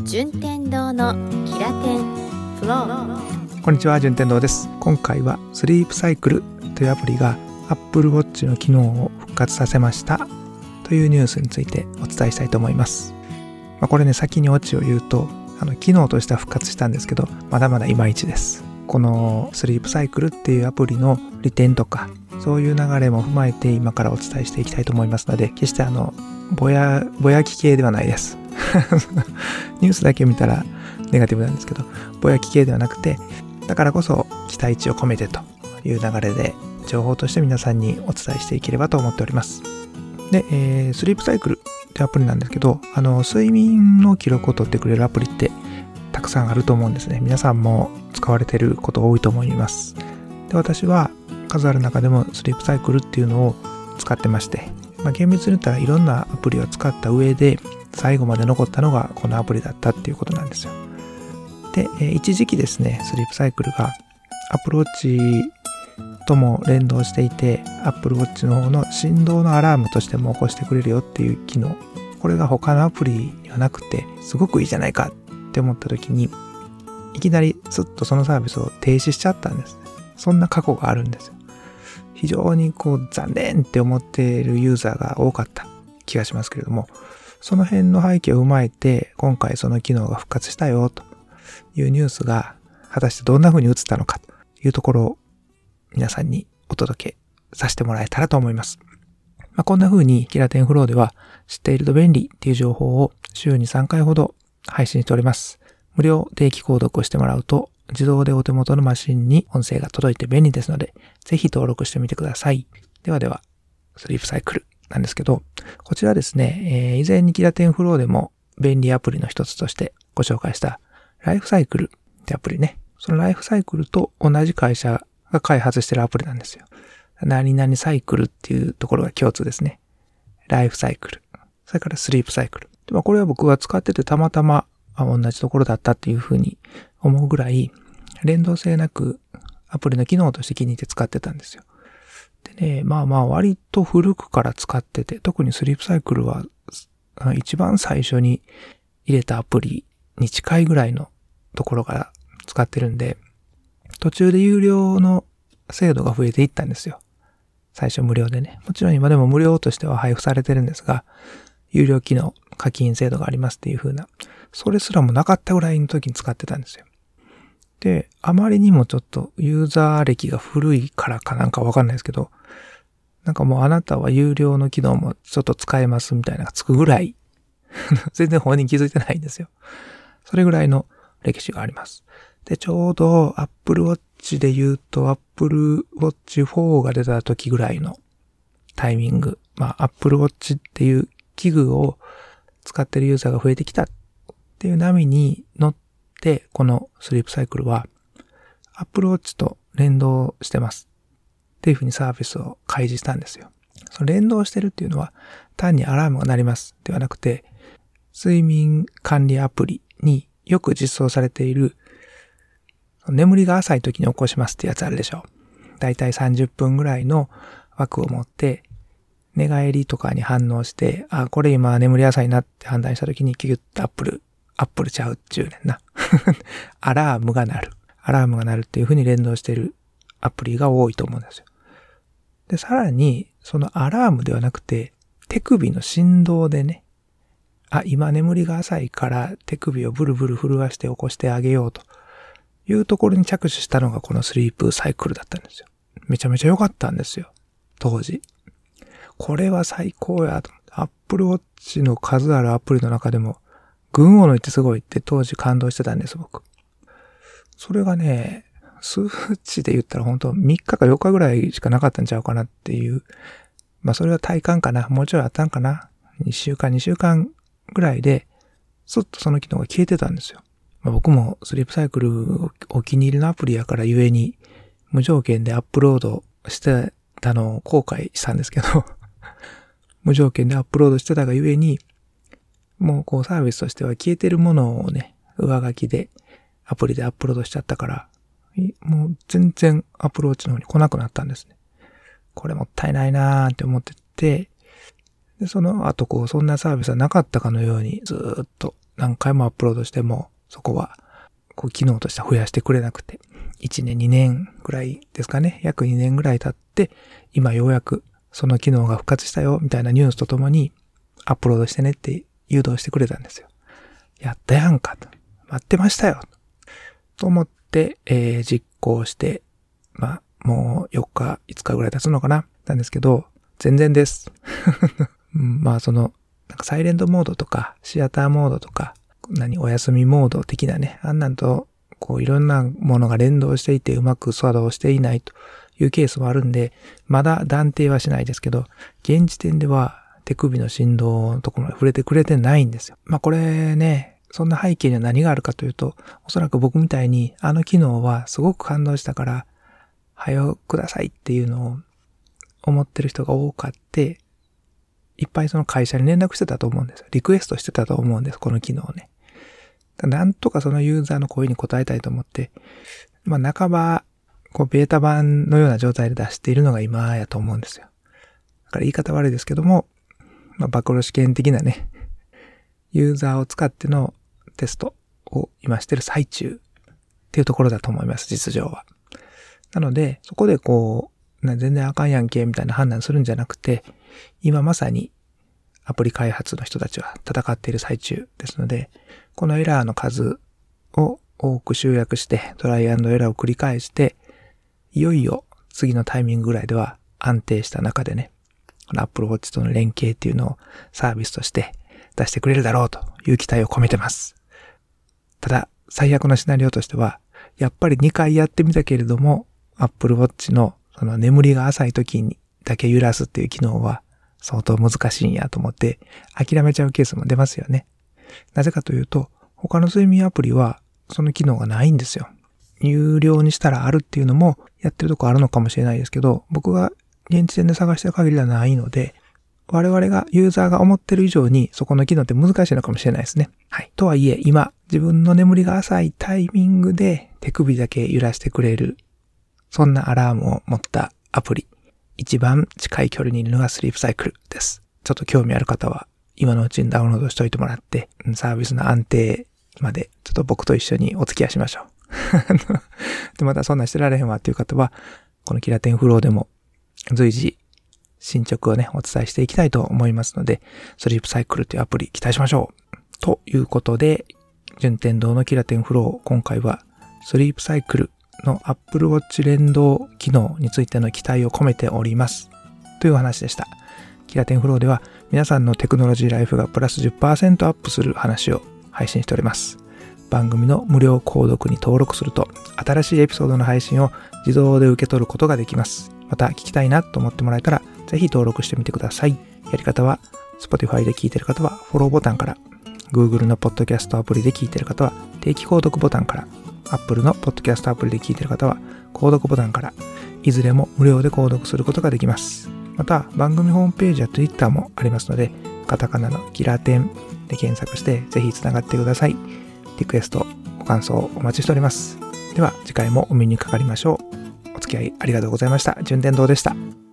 順天堂のキラテンフロー。 こんにちは、順天堂です。今回はスリープサイクルというアプリが Apple Watch の機能を復活させましたというニュースについてお伝えしたいと思います。これね、先にオチを言うと、機能としては復活したんですけど、まだまだいまいちです。このスリープサイクルっていうアプリの利点とか、そういう流れも踏まえて今からお伝えしていきたいと思いますので、決してぼやき系ではないです。ニュースだけ見たらネガティブなんですけど、ぼやき系ではなくて、だからこそ期待値を込めてという流れで、情報として皆さんにお伝えしていければと思っております。で、スリープサイクルってアプリなんですけど、睡眠の記録を取ってくれるアプリってたくさんあると思うんですね。皆さんも使われていること多いと思います。で、私は数ある中でもスリープサイクルっていうのを使ってまして、厳密に言ったらいろんなアプリを使った上で最後まで残ったのがこのアプリだったっていうことなんですよ。で、一時期ですね、スリープサイクルが Apple Watch とも連動していて、Apple Watch の方の振動のアラームとしても起こしてくれるよっていう機能、これが他のアプリにはなくてすごくいいじゃないかって思った時に、いきなりスッとそのサービスを停止しちゃったんです。そんな過去があるんですよ。非常に残念って思っているユーザーが多かった気がしますけれども、その辺の背景を踏まえて今回その機能が復活したよというニュースが果たしてどんな風に映ったのかというところを皆さんにお届けさせてもらえたらと思います。こんな風にキラテンフローでは知っていると便利っていう情報を週に3回ほど配信しております。無料定期購読をしてもらうと自動でお手元のマシンに音声が届いて便利ですので、ぜひ登録してみてください。では、スリープサイクルなんですけど、こちらですね、以前にキラテンフローでも便利アプリの一つとしてご紹介したライフサイクルってアプリね。そのライフサイクルと同じ会社が開発しているアプリなんですよ。何々サイクルっていうところが共通ですね。ライフサイクル。それからスリープサイクル。で、これは僕は使っててたまたま同じところだったっていうふうに思うぐらい連動性なくアプリの機能として気に入って使ってたんですよ。でね、割と古くから使ってて、特にスリープサイクルは一番最初に入れたアプリに近いぐらいのところから使ってるんで、途中で有料の制度が増えていったんですよ。最初無料でね。もちろん今でも無料としては配布されてるんですが、有料機能、課金制度がありますっていう風な、それすらもなかったぐらいの時に使ってたんですよ。で、あまりにもちょっとユーザー歴が古いからかなんかわかんないですけど、もうあなたは有料の機能もちょっと使えますみたいなのがつくぐらい、全然本人気づいてないんですよ。それぐらいの歴史があります。で、ちょうど Apple Watch で言うと Apple Watch 4が出た時ぐらいのタイミング、Apple Watch っていう器具を使ってるユーザーが増えてきたっていう波に乗って、このスリープサイクルは Apple Watch と連動してますっていう風にサービスを開示したんですよ。その連動してるっていうのは単にアラームが鳴りますではなくて、睡眠管理アプリによく実装されている眠りが浅い時に起こしますってやつあるでしょ。だいたい30分ぐらいの枠を持って寝返りとかに反応して、これ今眠り浅いなって判断した時にキュッとアップルちゃうっちゅうねんな。アラームが鳴るっていう風に連動しているアプリが多いと思うんですよ。で、さらに、そのアラームではなくて、手首の振動でね、今眠りが浅いから手首をブルブル震わして起こしてあげようというところに着手したのがこのスリープサイクルだったんですよ。めちゃめちゃ良かったんですよ。当時。これは最高やと。Apple Watch の数あるアプリの中でも、群を抜いてすごいって当時感動してたんです、僕。それがね、数値で言ったら本当3日か4日ぐらいしかなかったんちゃうかなっていう。それは体感かな。もうちょいあったんかな。2週間ぐらいで、すっとその機能が消えてたんですよ。僕もスリープサイクルお気に入りのアプリやからゆえに、無条件でアップロードしてたのを後悔したんですけど、無条件でアップロードしてたがゆえに、もうサービスとしては消えてるものをね、上書きでアプリでアップロードしちゃったから、もう全然アプローチの方に来なくなったんですね。これもったいないなーって思ってて、でその後そんなサービスはなかったかのようにずーっと何回もアップロードしても、そこは、機能としては増やしてくれなくて、1年、2年ぐらいですかね。約2年ぐらい経って、今ようやくその機能が復活したよ、みたいなニュースとともに、アップロードしてねって誘導してくれたんですよ。やったやんかと。待ってましたよ。と思って、実行して、もう4日、5日ぐらい経つのかななんですけど、全然です。サイレントモードとか、シアターモードとか、お休みモード的なね、あんなんと、いろんなものが連動していてうまく作動していないというケースもあるんで、まだ断定はしないですけど、現時点では手首の振動のところまで触れてくれてないんですよ。これね、そんな背景には何があるかというと、おそらく僕みたいにあの機能はすごく感動したから、はよくださいっていうのを思ってる人が多かって、いっぱいその会社に連絡してたと思うんですよ。リクエストしてたと思うんです、この機能をね。なんとかそのユーザーの声に応えたいと思って、半ば、ベータ版のような状態で出しているのが今やと思うんですよ。だから言い方悪いですけども、暴露試験的なね、ユーザーを使ってのテストを今してる最中っていうところだと思います、実情は。なので、そこで全然あかんやんけみたいな判断するんじゃなくて、今まさにアプリ開発の人たちは戦っている最中ですので、このエラーの数を多く集約してトライアンドエラーを繰り返して、いよいよ次のタイミングぐらいでは安定した中でね、この Apple Watch との連携っていうのをサービスとして出してくれるだろうという期待を込めてます。ただ、最悪のシナリオとしては、やっぱり2回やってみたけれども、Apple Watch のその眠りが浅い時にだけ揺らすっていう機能は相当難しいんやと思って諦めちゃうケースも出ますよね。なぜかというと、他の睡眠アプリはその機能がないんですよ。有料にしたらあるっていうのもやってるとこあるのかもしれないですけど、僕が現時点で探してる限りではないので、我々がユーザーが思ってる以上にそこの機能って難しいのかもしれないですね。はい。とはいえ、今自分の眠りが浅いタイミングで手首だけ揺らしてくれる、そんなアラームを持ったアプリ、一番近い距離にいるのがスリープサイクルです。ちょっと興味ある方は今のうちにダウンロードしておいてもらって、サービスの安定までちょっと僕と一緒にお付き合いしましょう。で、またそんなしてられへんわっていう方は、このキラテンフローでも随時進捗をね、お伝えしていきたいと思いますので、スリープサイクルというアプリ期待しましょう。ということで、順天堂のキラテンフロー、今回はスリープサイクルの Apple Watch 連動機能についての期待を込めております。という話でした。キラテンフローでは皆さんのテクノロジーライフがプラス 10% アップする話を配信しております。番組の無料購読に登録すると新しいエピソードの配信を自動で受け取ることができます。また聞きたいなと思ってもらえたらぜひ登録してみてください。やり方は Spotify で聞いている方はフォローボタンから、Google のポッドキャストアプリで聞いている方は定期購読ボタンから、Apple のポッドキャストアプリで聞いている方は購読ボタンから、いずれも無料で購読することができます。また番組ホームページや Twitter もありますので、カタカナのキラテンで検索してぜひつながってください。リクエスト、ご感想お待ちしております。では次回もお目にかかりましょう。お付き合いありがとうございました。順天堂でした。